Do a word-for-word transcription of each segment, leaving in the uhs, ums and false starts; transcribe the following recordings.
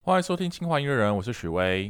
欢迎收听清华音乐人，我是许巍。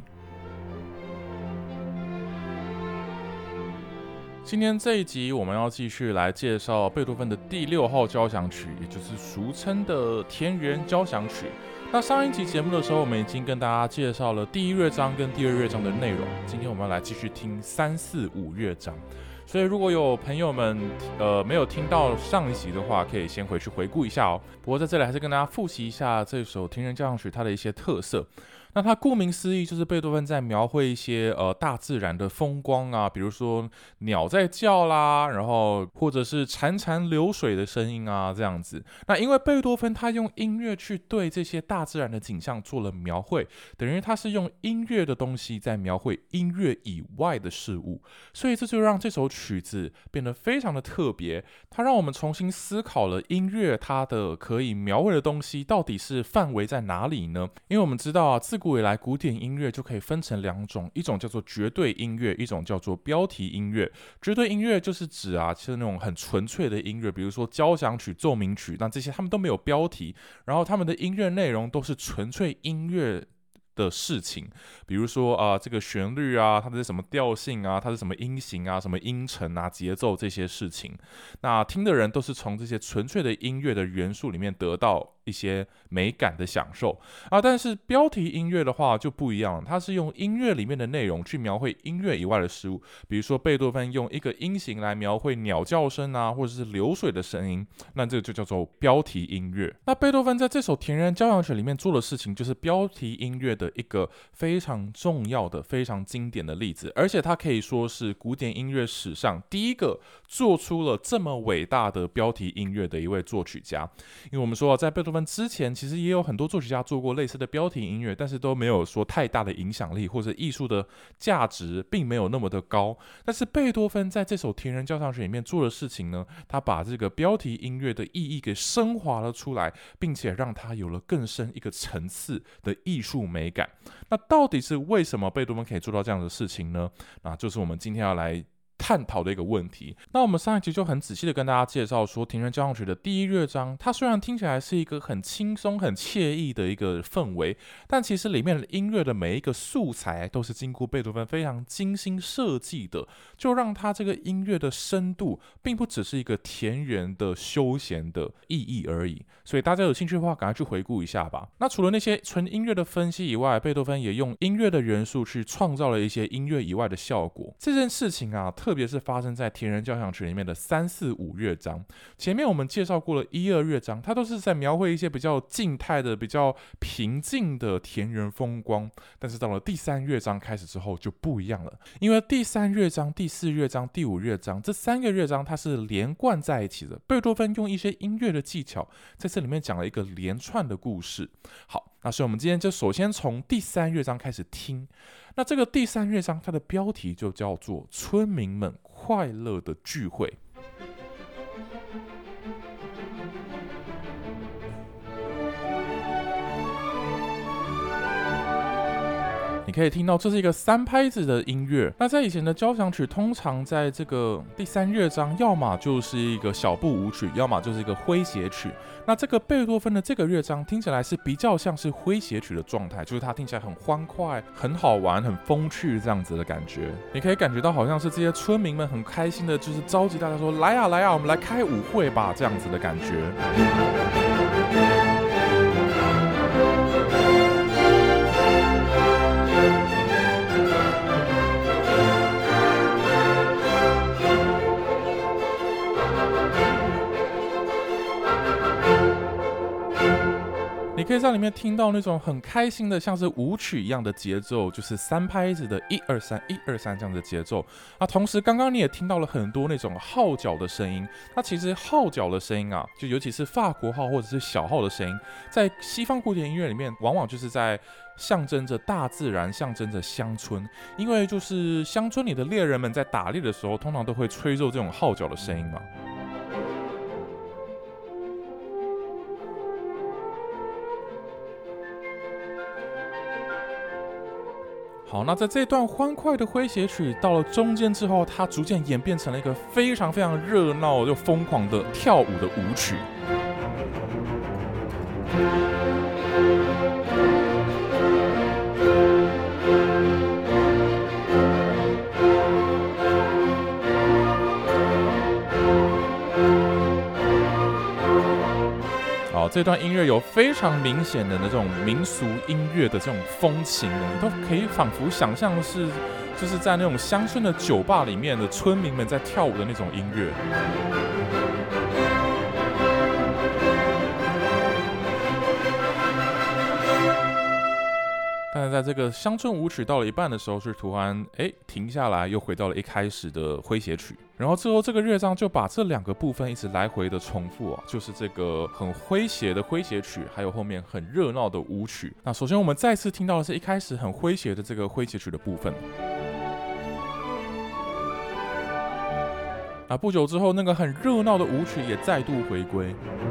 今天这一集我们要继续来介绍贝多芬的第六号交响曲，也就是俗称的田园交响曲。那上一集节目的时候，我们已经跟大家介绍了第一乐章跟第二乐章的内容，今天我们要来继续听三四五乐章。所以如果有朋友们呃没有听到上一集的话，可以先回去回顾一下哦。不过在这里还是跟大家复习一下这首田园交响曲它的一些特色。那它顾名思义就是贝多芬在描绘一些呃大自然的风光啊，比如说鸟在叫啦，然后或者是潺潺流水的声音啊，这样子。那因为贝多芬他用音乐去对这些大自然的景象做了描绘，等于他是用音乐的东西在描绘音乐以外的事物，所以这就让这首曲子变得非常的特别。它让我们重新思考了音乐它的可以描绘的东西到底是范围在哪里呢？因为我们知道啊，自古以来古典音乐就可以分成两种，一种叫做绝对音乐，一种叫做标题音乐。绝对音乐就是指啊，是那种很纯粹的音乐，比如说交响曲、奏鸣曲，那这些他们都没有标题，然后他们的音乐内容都是纯粹音乐的事情，比如说啊、呃，这个旋律啊，它的什么调性啊，它是什么音型啊，什么音程啊，节奏这些事情，那听的人都是从这些纯粹的音乐的元素里面得到一些美感的享受啊。但是标题音乐的话就不一样了，它是用音乐里面的内容去描绘音乐以外的事物，比如说贝多芬用一个音型来描绘鸟叫声啊，或者是流水的声音，那这个就叫做标题音乐。那贝多芬在这首田园交响曲里面做的事情，就是标题音乐的一个非常重要的、非常经典的例子，而且他可以说是古典音乐史上第一个做出了这么伟大的标题音乐的一位作曲家。因为我们说在贝多芬之前，其实也有很多作曲家做过类似的标题音乐，但是都没有说太大的影响力，或者艺术的价值并没有那么的高。但是贝多芬在这首田园交响曲里面做的事情呢，他把这个标题音乐的意义给升华了出来，并且让它有了更深一个层次的艺术美感。那到底是为什么贝多芬可以做到这样的事情呢？那就是我们今天要来探讨的一个问题。那我们上一集就很仔细的跟大家介绍说，田园交响曲的第一乐章，它虽然听起来是一个很轻松很惬意的一个氛围，但其实里面的音乐的每一个素材都是经过贝多芬非常精心设计的，就让它这个音乐的深度并不只是一个田园的休闲的意义而已。所以大家有兴趣的话赶快去回顾一下吧。那除了那些纯音乐的分析以外，贝多芬也用音乐的元素去创造了一些音乐以外的效果。这件事情啊，特别是发生在田园交响曲里面的三四五乐章。前面我们介绍过了一二乐章，它都是在描绘一些比较静态的、比较平静的田园风光，但是到了第三乐章开始之后就不一样了，因为第三乐章、第四乐章、第五乐章这三个乐章它是连贯在一起的。贝多芬用一些音乐的技巧在这里面讲了一个连串的故事。好，那所以我们今天就首先从第三乐章开始听。那这个第三乐章它的标题就叫做村民们快乐的聚会。你可以听到这是一个三拍子的音乐。那在以前的交响曲，通常在这个第三乐章，要么就是一个小步舞曲，要么就是一个诙谐曲。那这个贝多芬的这个乐章听起来是比较像是诙谐曲的状态，就是它听起来很欢快、很好玩、很风趣这样子的感觉。你可以感觉到好像是这些村民们很开心的，就是召集大家说：“来啊来啊，我们来开舞会吧！”这样子的感觉。你可以在里面听到那种很开心的，像是舞曲一样的节奏，就是三拍子的一二三一二三这样的节奏。那同时，刚刚你也听到了很多那种号角的声音。那其实号角的声音啊，就尤其是法国号或者是小号的声音，在西方古典音乐里面，往往就是在象征着大自然，象征着乡村。因为就是乡村里的猎人们在打猎的时候，通常都会吹奏这种号角的声音嘛。好，那在这段欢快的诙谐曲到了中间之后，它逐渐演变成了一个非常非常热闹又疯狂的跳舞的舞曲。 这段音乐有非常明显的那种民俗音乐的这种风情，你都可以仿佛想象是就是在那种乡村的酒吧里面的村民们在跳舞的那种音乐。但是在这个乡村舞曲到了一半的时候，是突然哎停下来，又回到了一开始的诙谐曲。然后之后这个乐章就把这两个部分一直来回的重复啊，就是这个很诙谐的诙谐曲，还有后面很热闹的舞曲。那首先我们再次听到的是一开始很诙谐的这个诙谐曲的部分。那不久之后，那个很热闹的舞曲也再度回归。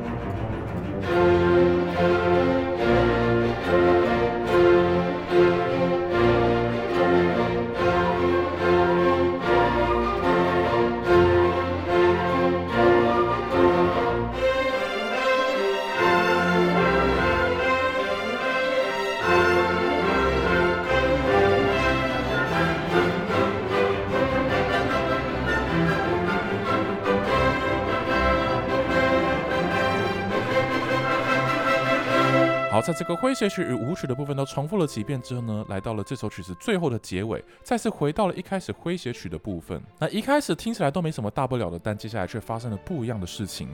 好，在这个诙谐曲与舞曲的部分都重复了几遍之后呢，来到了这首曲子最后的结尾，再次回到了一开始诙谐曲的部分。那一开始听起来都没什么大不了的，但接下来却发生了不一样的事情。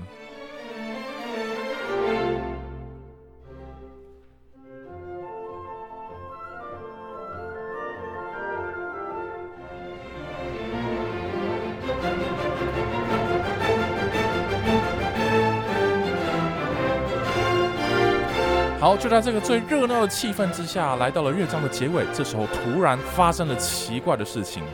好，就在这个最热闹的气氛之下，来到了乐章的结尾。这时候突然发生了奇怪的事情。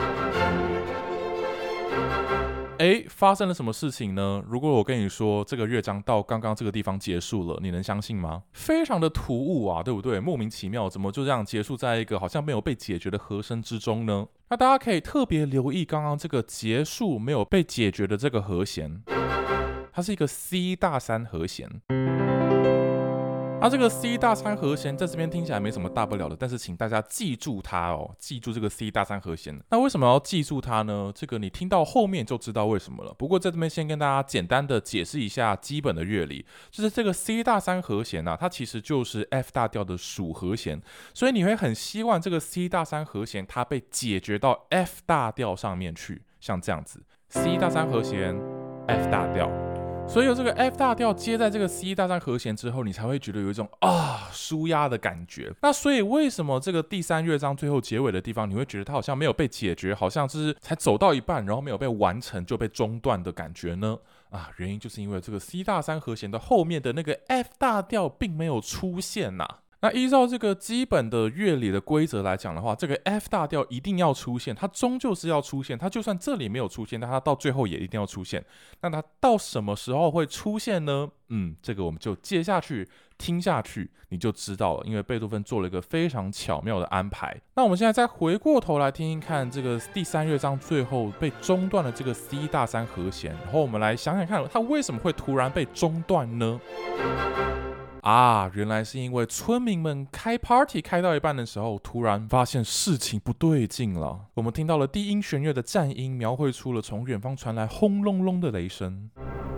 哎，发生了什么事情呢？如果我跟你说这个乐章到刚刚这个地方结束了，你能相信吗？非常的突兀啊，对不对？莫名其妙，怎么就这样结束在一个好像没有被解决的和声之中呢？那大家可以特别留意刚刚这个结束没有被解决的这个和弦，它是一个 C 大三和弦。那、啊、这个 C 大三和弦在这边听起来没什么大不了的，但是请大家记住它哦，记住这个 C 大三和弦。那为什么要记住它呢？这个你听到后面就知道为什么了。不过在这边先跟大家简单的解释一下基本的乐理，就是这个 C 大三和弦啊，它其实就是 F 大调的属和弦，所以你会很希望这个 C 大三和弦它被解决到 F 大调上面去，像这样子 ，C 大三和弦 F 大调。所以有这个 F 大调接在这个 C 大三和弦之后，你才会觉得有一种啊舒压的感觉。那所以为什么这个第三乐章最后结尾的地方，你会觉得它好像没有被解决，好像就是才走到一半，然后没有被完成就被中断的感觉呢？啊，原因就是因为这个 C 大三和弦的后面的那个 F 大调并没有出现呐、啊。那依照这个基本的乐理的规则来讲的话，这个 F 大调一定要出现，它终究是要出现，它就算这里没有出现，但它到最后也一定要出现。那它到什么时候会出现呢？嗯，这个我们就接下去听下去，你就知道了。因为贝多芬做了一个非常巧妙的安排。那我们现在再回过头来听听看这个第三乐章最后被中断的这个 C 大三和弦，然后我们来想想看，它为什么会突然被中断呢？啊，原来是因为村民们开 party 开到一半的时候，突然发现事情不对劲了。我们听到了低音弦乐的战音，描绘出了从远方传来轰隆隆的雷声。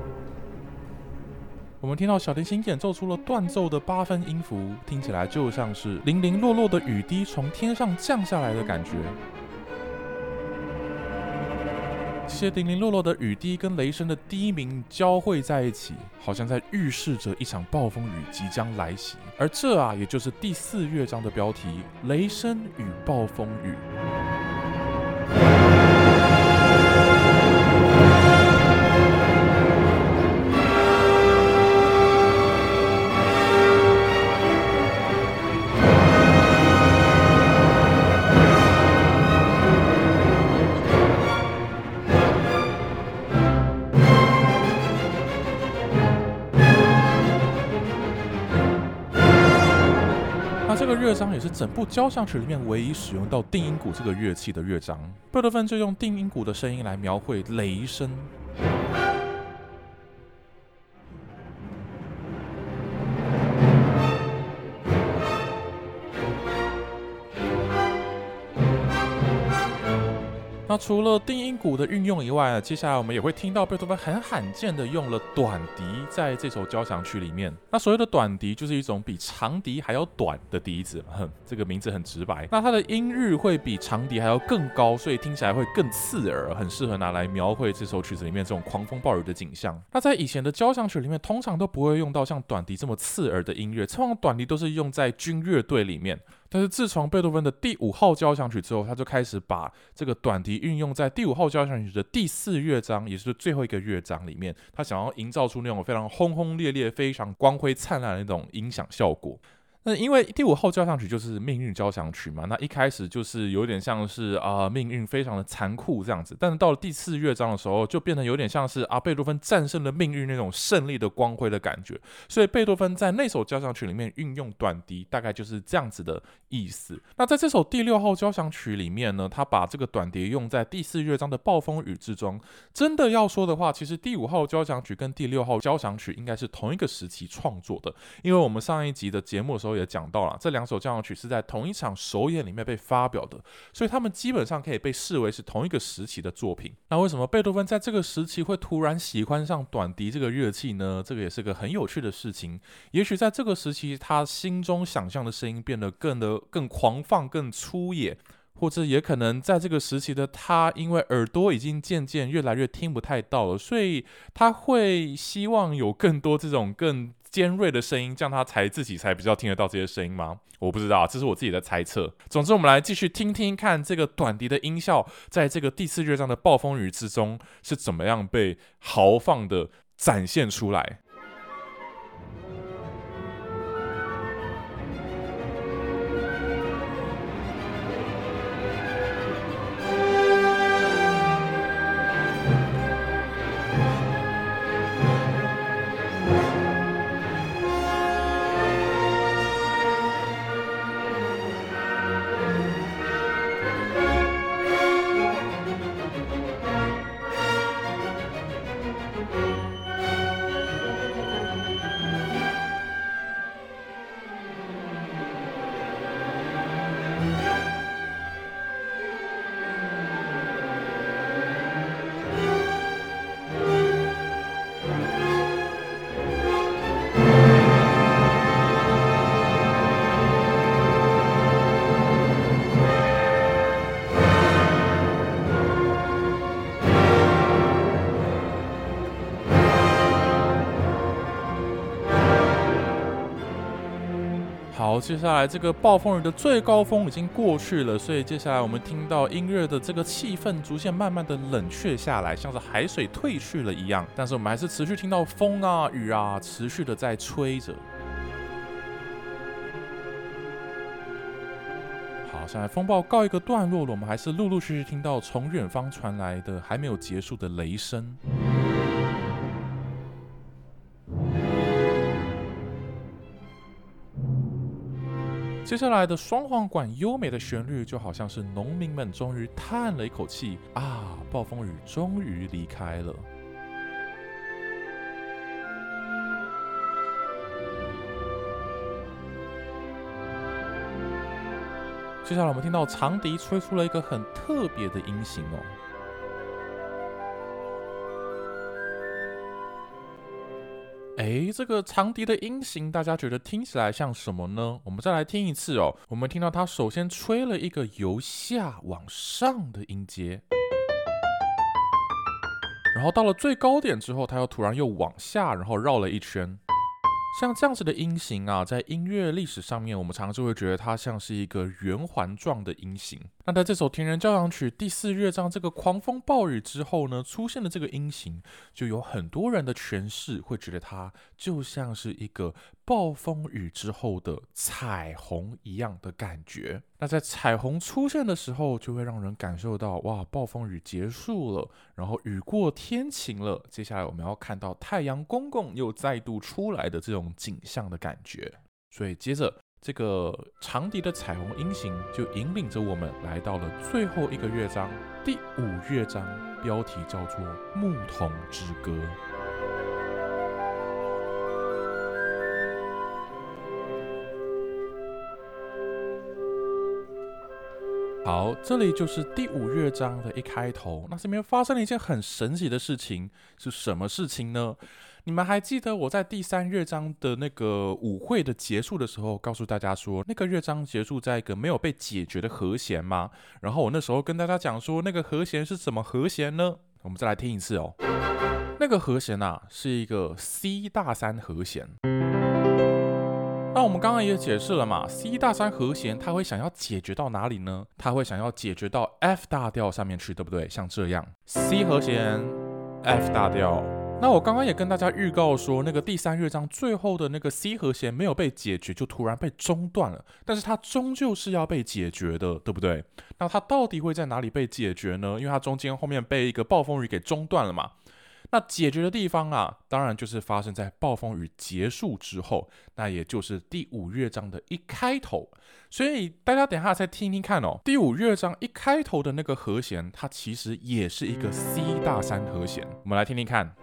我们听到小提琴演奏出了断奏的八分音符，听起来就像是零零落落的雨滴从天上降下来的感觉。这些零零落落的雨滴跟雷声的低鸣交汇在一起，好像在预示着一场暴风雨即将来袭。而这啊，也就是第四乐章的标题——雷声与暴风雨。这个乐章也是整部交响曲里面唯一使用到定音鼓这个乐器的乐章。贝多芬就用定音鼓的声音来描绘雷声。那那除了定音鼓的运用以外呢，接下来我们也会听到贝多芬很罕见的用了短笛在这首交响曲里面。那所谓的短笛就是一种比长笛还要短的笛子，哼，这个名字很直白。那它的音域会比长笛还要更高，所以听起来会更刺耳，很适合拿来描绘这首曲子里面这种狂风暴雨的景象。那在以前的交响曲里面，通常都不会用到像短笛这么刺耳的音乐，通常短笛都是用在军乐队里面。但是自从贝多芬的第五号交响曲之后，他就开始把这个短笛运用在第五号交响曲的第四乐章，也就是最后一个乐章里面。他想要营造出那种非常轰轰烈烈、非常光辉灿烂的那种音响效果。那因为第五号交响曲就是命运交响曲嘛，那一开始就是有点像是啊、呃、命运非常的残酷这样子，但是到了第四乐章的时候，就变得有点像是啊贝多芬战胜了命运那种胜利的光辉的感觉，所以贝多芬在那首交响曲里面运用短笛，大概就是这样子的意思。那在这首第六号交响曲里面呢，他把这个短笛用在第四乐章的暴风雨之中。真的要说的话，其实第五号交响曲跟第六号交响曲应该是同一个时期创作的，因为我们上一集的节目的时候也讲到了，这两首交响曲是在同一场首演里面被发表的，所以他们基本上可以被视为是同一个时期的作品。那为什么贝多芬在这个时期会突然喜欢上短笛这个乐器呢？这个也是个很有趣的事情。也许在这个时期，他心中想象的声音变得更的更狂放、更粗野。或者也可能在这个时期的他，因为耳朵已经渐渐越来越听不太到了，所以他会希望有更多这种更尖锐的声音，这样他才自己才比较听得到这些声音吗？我不知道，这是我自己的猜测。总之，我们来继续听听看这个短笛的音效，在这个第四乐章的暴风雨之中是怎么样被豪放的展现出来。好，接下来这个暴风雨的最高峰已经过去了，所以接下来我们听到音乐的这个气氛逐渐慢慢的冷却下来，像是海水退去了一样。但是我们还是持续听到风啊、雨啊，持续的在吹着。好，现在风暴告一个段落了，我们还是陆陆续续听到从远方传来的还没有结束的雷声。接下来的双簧管优美的旋律，就好像是农民们终于叹了一口气啊，暴风雨终于离开了。接下来我们听到长笛吹出了一个很特别的音型哦。哎，这个长笛的音型，大家觉得听起来像什么呢？我们再来听一次哦。我们听到它首先吹了一个由下往上的音阶，然后到了最高点之后，它又突然又往下，然后绕了一圈。像这样子的音型啊，在音乐历史上面，我们常常就会觉得它像是一个圆环状的音型。那在这首田园交响曲第四乐章这个狂风暴雨之后呢，出现的这个音型，就有很多人的诠释会觉得它就像是一个暴风雨之后的彩虹一样的感觉。那在彩虹出现的时候，就会让人感受到哇，暴风雨结束了，然后雨过天晴了。接下来我们要看到太阳公公又再度出来的这种景象的感觉。所以接着这个长笛的彩虹音型就引领着我们来到了最后一个乐章，第五乐章，标题叫做《牧童之歌》。 好，这里就是第五乐章的一开头。那这边发生了一件很神奇的事情，是什么事情呢？你们还记得我在第三乐章的那个舞会的结束的时候，告诉大家说，那个乐章结束在一个没有被解决的和弦吗？然后我那时候跟大家讲说，那个和弦是什么和弦呢？我们再来听一次哦。那个和弦啊，是一个 C 大三和弦。那我们刚刚也解释了嘛 ，C 大三和弦它会想要解决到哪里呢？它会想要解决到 F 大调上面去，对不对？像这样 ，C 和弦 ，F 大调。那我刚刚也跟大家预告说，那个第三乐章最后的那个 C 和弦没有被解决，就突然被中断了。但是它终究是要被解决的，对不对？那它到底会在哪里被解决呢？因为它中间后面被一个暴风雨给中断了嘛。那解决的地方啊，当然就是发生在暴风雨结束之后，那也就是第五乐章的一开头。所以大家等一下再听听看哦，第五乐章一开头的那个和弦，它其实也是一个 C 大三和弦。我们来听听看。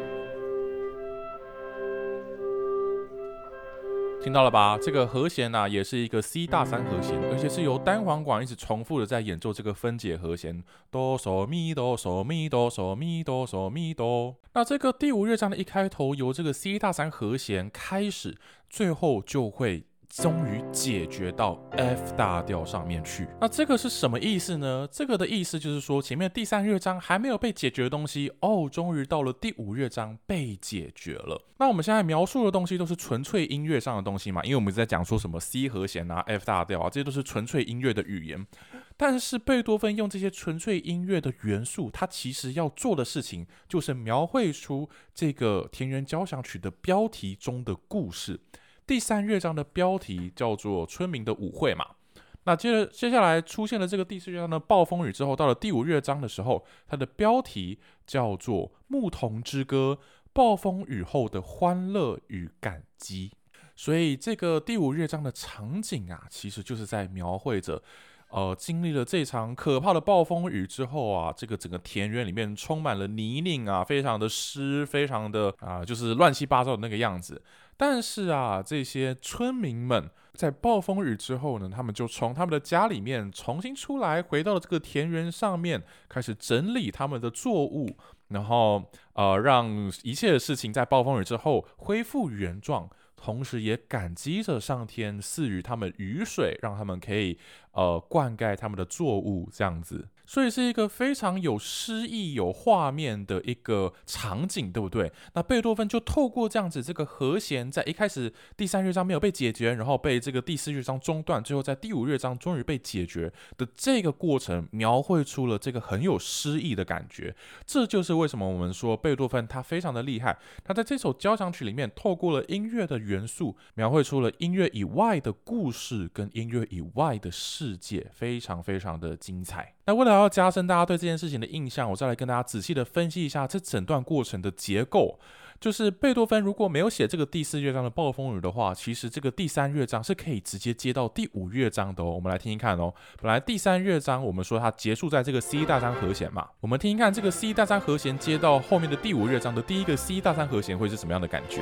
听到了吧？这个和弦啊，也是一个 C 大三和弦，而且是由单簧管一直重复的在演奏这个分解和弦，哆嗦咪哆嗦咪哆嗦咪哆嗦咪哆。那这个第五乐章的一开头，由这个 C 大三和弦开始，最后就会终于解决到 F 大调上面去。那这个是什么意思呢？这个的意思就是说，前面第三乐章还没有被解决的东西，哦，终于到了第五乐章被解决了。那我们现在描述的东西都是纯粹音乐上的东西嘛，因为我们在讲说什么 C 和弦啊、F 大调啊，这些都是纯粹音乐的语言。但是贝多芬用这些纯粹音乐的元素，他其实要做的事情就是描绘出这个田园交响曲的标题中的故事。第三乐章的标题叫做春明的舞会嘛，那接着接下来出现了这个第四乐章的暴风雨之后，到了第五乐章的时候，它的标题叫做牧童之歌，暴风雨后的欢乐与感激。所以这个第五乐章的场景啊，其实就是在描绘着呃，经历了这场可怕的暴风雨之后啊，这个整个田园里面充满了泥泞啊，非常的湿，非常的啊、呃，就是乱七八糟的那个样子。但是啊，这些村民们在暴风雨之后呢，他们就从他们的家里面重新出来，回到了这个田园上面，开始整理他们的作物，然后呃，让一切的事情在暴风雨之后恢复原状。同时也感激着上天赐予他们雨水，让他们可以呃灌溉他们的作物，这样子。所以是一个非常有诗意、有画面的一个场景，对不对？那贝多芬就透过这样子，这个和弦在一开始第三乐章没有被解决，然后被这个第四乐章中断，最后在第五乐章终于被解决的这个过程，描绘出了这个很有诗意的感觉。这就是为什么我们说贝多芬他非常的厉害，他在这首交响曲里面透过了音乐的元素，描绘出了音乐以外的故事跟音乐以外的世界，非常非常的精彩。那为了要加深大家对这件事情的印象，我再来跟大家仔细的分析一下这整段过程的结构。就是贝多芬如果没有写这个第四乐章的暴风雨的话，其实这个第三乐章是可以直接接到第五乐章的哦。我们来听听看哦。本来第三乐章我们说它结束在这个 C 大三和弦嘛，我们听听看这个 C 大三和弦接到后面的第五乐章的第一个 C 大三和弦会是什么样的感觉。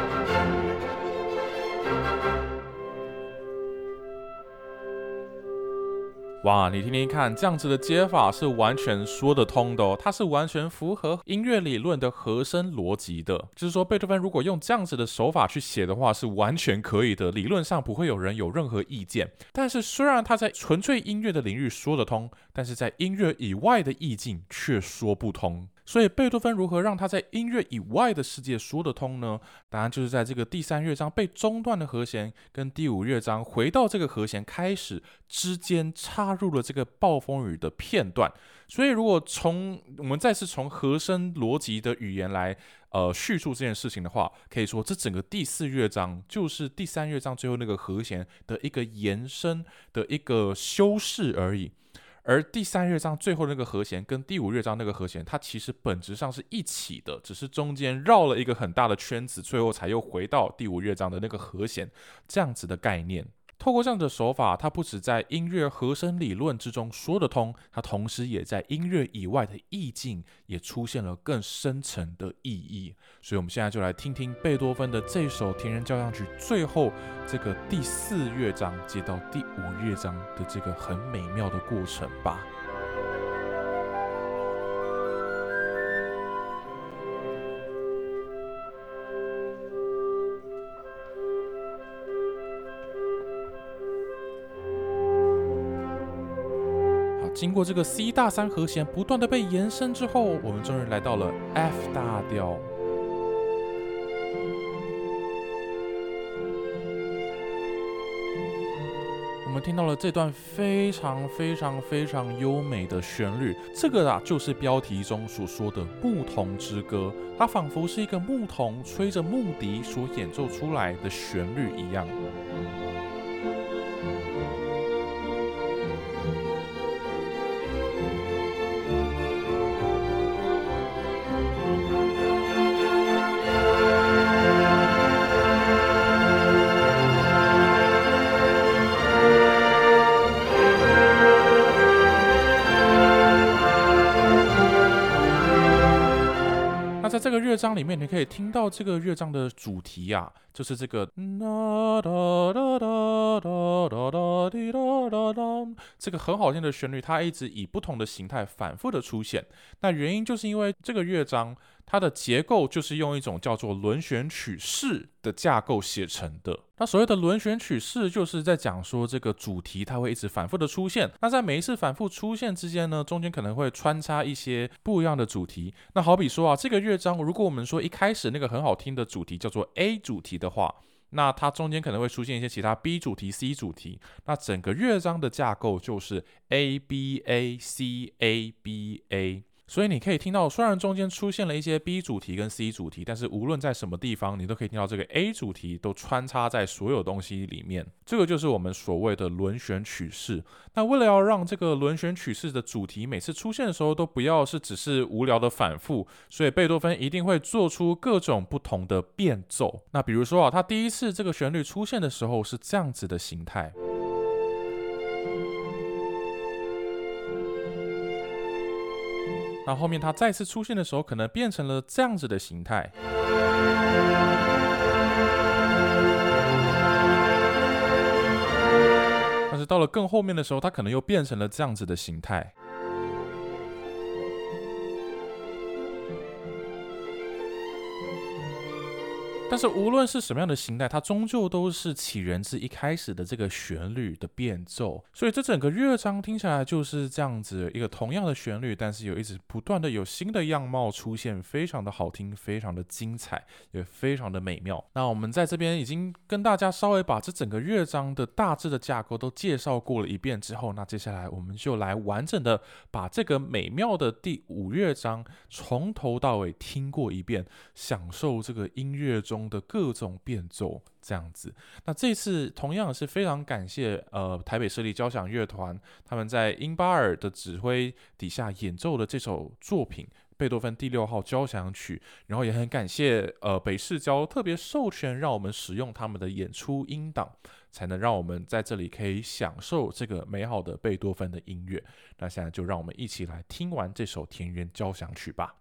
哇，你听听看，这样子的接法是完全说得通的哦，它是完全符合音乐理论的和声逻辑的。就是说，贝多芬如果用这样子的手法去写的话，是完全可以的，理论上不会有人有任何意见。但是，虽然他在纯粹音乐的领域说得通，但是在音乐以外的意境却说不通。所以贝多芬如何让他在音乐以外的世界说得通呢？当然就是在这个第三乐章被中断的和弦跟第五乐章回到这个和弦开始之间插入了这个暴风雨的片段。所以如果从我们再次从和声逻辑的语言来呃叙述这件事情的话，可以说这整个第四乐章就是第三乐章最后那个和弦的一个延伸的一个修饰而已。而第三乐章最后那个和弦跟第五乐章那个和弦，它其实本质上是一起的，只是中间绕了一个很大的圈子，最后才又回到第五乐章的那个和弦，这样子的概念。 透过这样的手法，它不只在音乐和声理论之中说得通，它同时也在音乐以外的意境也出现了更深层的意义。所以我们现在就来听听贝多芬的这首田园交响曲最后这个第四乐章接到第五乐章的这个很美妙的过程吧。经过这个 C 大三和弦不断的被延伸之后，我们终于来到了 F 大调。我们听到了这段非常非常非常优美的旋律，这个啊就是标题中所说的牧童之歌，它仿佛是一个牧童吹着牧笛所演奏出来的旋律一样。在这个乐章里面，你可以听到这个乐章的主题啊，就是这个这个很好听的旋律，它一直以不同的形态反复的出现。那原因就是因为这个乐章它的结构就是用一种叫做轮旋曲式的架构写成的。那所谓的轮旋曲式，就是在讲说这个主题它会一直反复的出现。那在每一次反复出现之间呢，中间可能会穿插一些不一样的主题。那好比说啊，这个乐章如果我们说一开始那个很好听的主题叫做 A 主题的话，那它中间可能会出现一些其他 B 主题、C 主题。那整个乐章的架构就是 A B A C A B A。所以你可以听到，虽然中间出现了一些 B 主题跟 C 主题，但是无论在什么地方，你都可以听到这个 A 主题都穿插在所有东西里面。这个就是我们所谓的轮旋曲式。那为了要让这个轮旋曲式的主题每次出现的时候都不要是只是无聊的反复，所以贝多芬一定会做出各种不同的变奏。那比如说啊，他第一次这个旋律出现的时候是这样子的形态。那后面它再次出现的时候，可能变成了这样子的形态。但是到了更后面的时候，它可能又变成了这样子的形态。但是无论是什么样的形态，它终究都是起源自一开始的这个旋律的变奏，所以这整个乐章听起来就是这样子一个同样的旋律，但是有一直不断的有新的样貌出现，非常的好听，非常的精彩，也非常的美妙。那我们在这边已经跟大家稍微把这整个乐章的大致的架构都介绍过了一遍之后，那接下来我们就来完整的把这个美妙的第五乐章从头到尾听过一遍，享受这个音乐中的各种变奏，这样子。那这次同样是非常感谢呃台北市立交响乐团，他们在英巴尔的指挥底下演奏的这首作品贝多芬第六号交响曲，然后也很感谢呃北市交特别授权让我们使用他们的演出音档，才能让我们在这里可以享受这个美好的贝多芬的音乐。那现在就让我们一起来听完这首田园交响曲吧。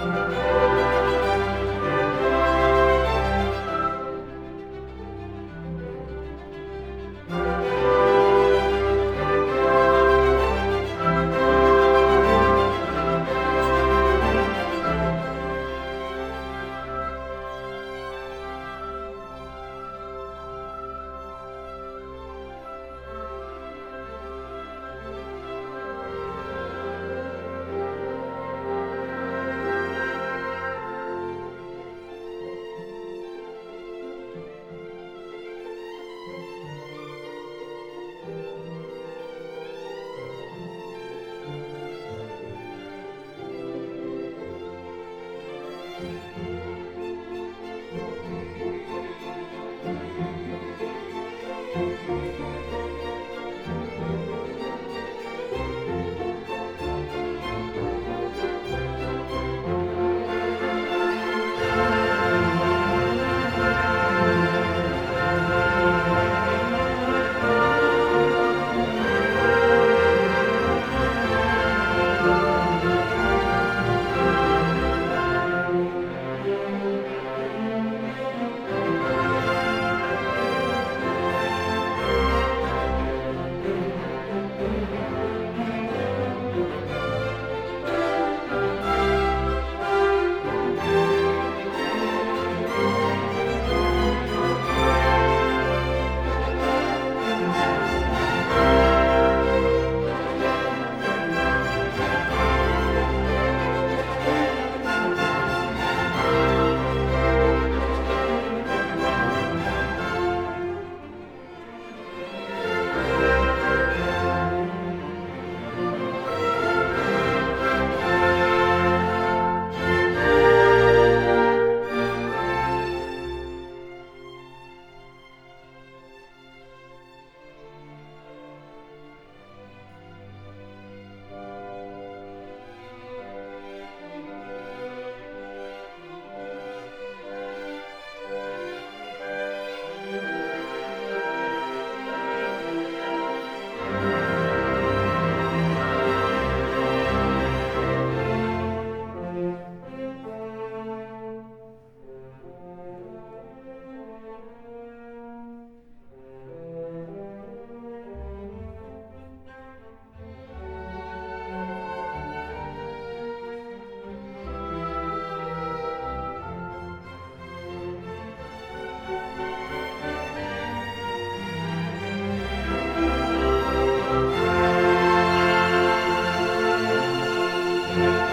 嗯。